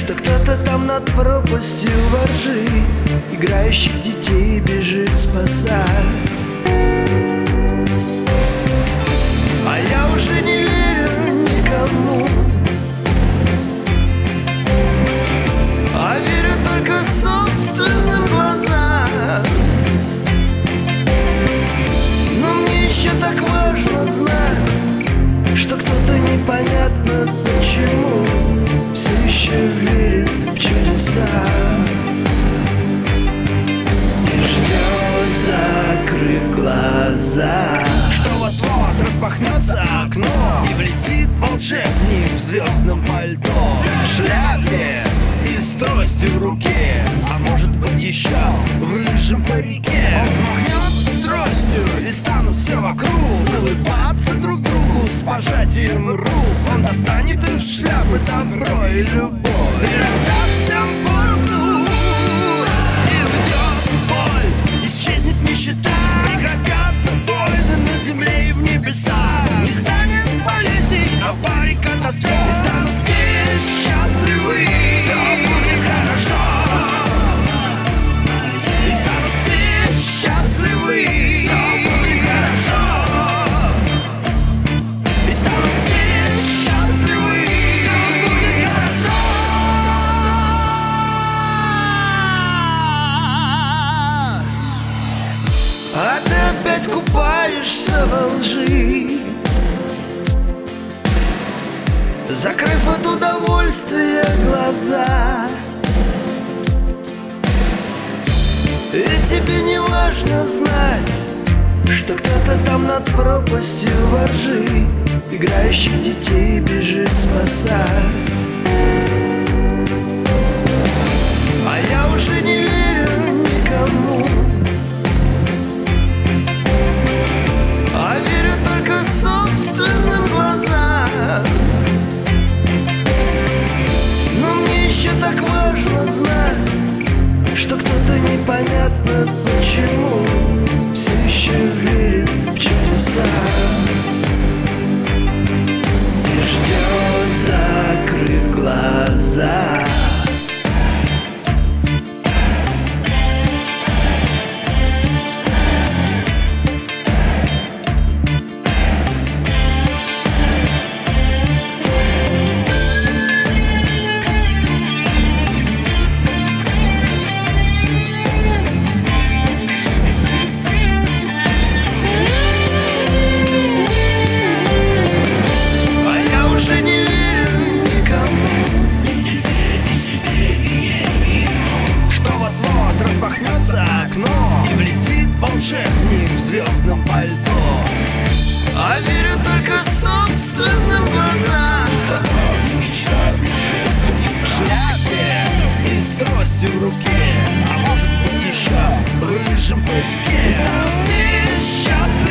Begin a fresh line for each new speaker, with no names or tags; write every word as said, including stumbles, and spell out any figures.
что кто-то там над пропастью воржи играющих детей бежит спасать. А я уже не верю никому, а верю только собственным глазам. Но мне еще так важно знать, что кто-то непонятно почему все еще верит в чудеса и ждет, закрыв глаза, что вот-вот распахнется окно и влетит волшебник в звездном пальто, в шляпе и с тростью в руке, а может быть еще в рыжем парике. Он взмахнет тростью и станут все вокруг улыбаться друг другу с пожатием рук. Он достанет из шляпы добро и любовь и раздаст всем поровну, и уйдет боль, исчезнет нищета, прекратятся войны на земле и в небесах, не станет болезней, аварий, катастроф, и станут все счастливы, все будет хорошо, и станут все счастливы, все будет хорошо, и станут все счастливы, все будет хорошо. А ты опять купаешься во лжи, закрыв от удовольствия глаза. И тебе не важно знать, что кто-то там над пропастью воржи играющих детей бежит спасать. А я уже не верю никому, а верю только собственным глазам. Но мне еще так важно знать, что кто-то непонятно почему все еще верит в чудеса и ждет, закрыв глаза. Распахнется окно и влетит волшебник в звездном пальто, а верю только собственным глазам. Мечта бежит в шляпе и с тростью в руке, а может быть еще в рыжем парике. Станут все счастливы.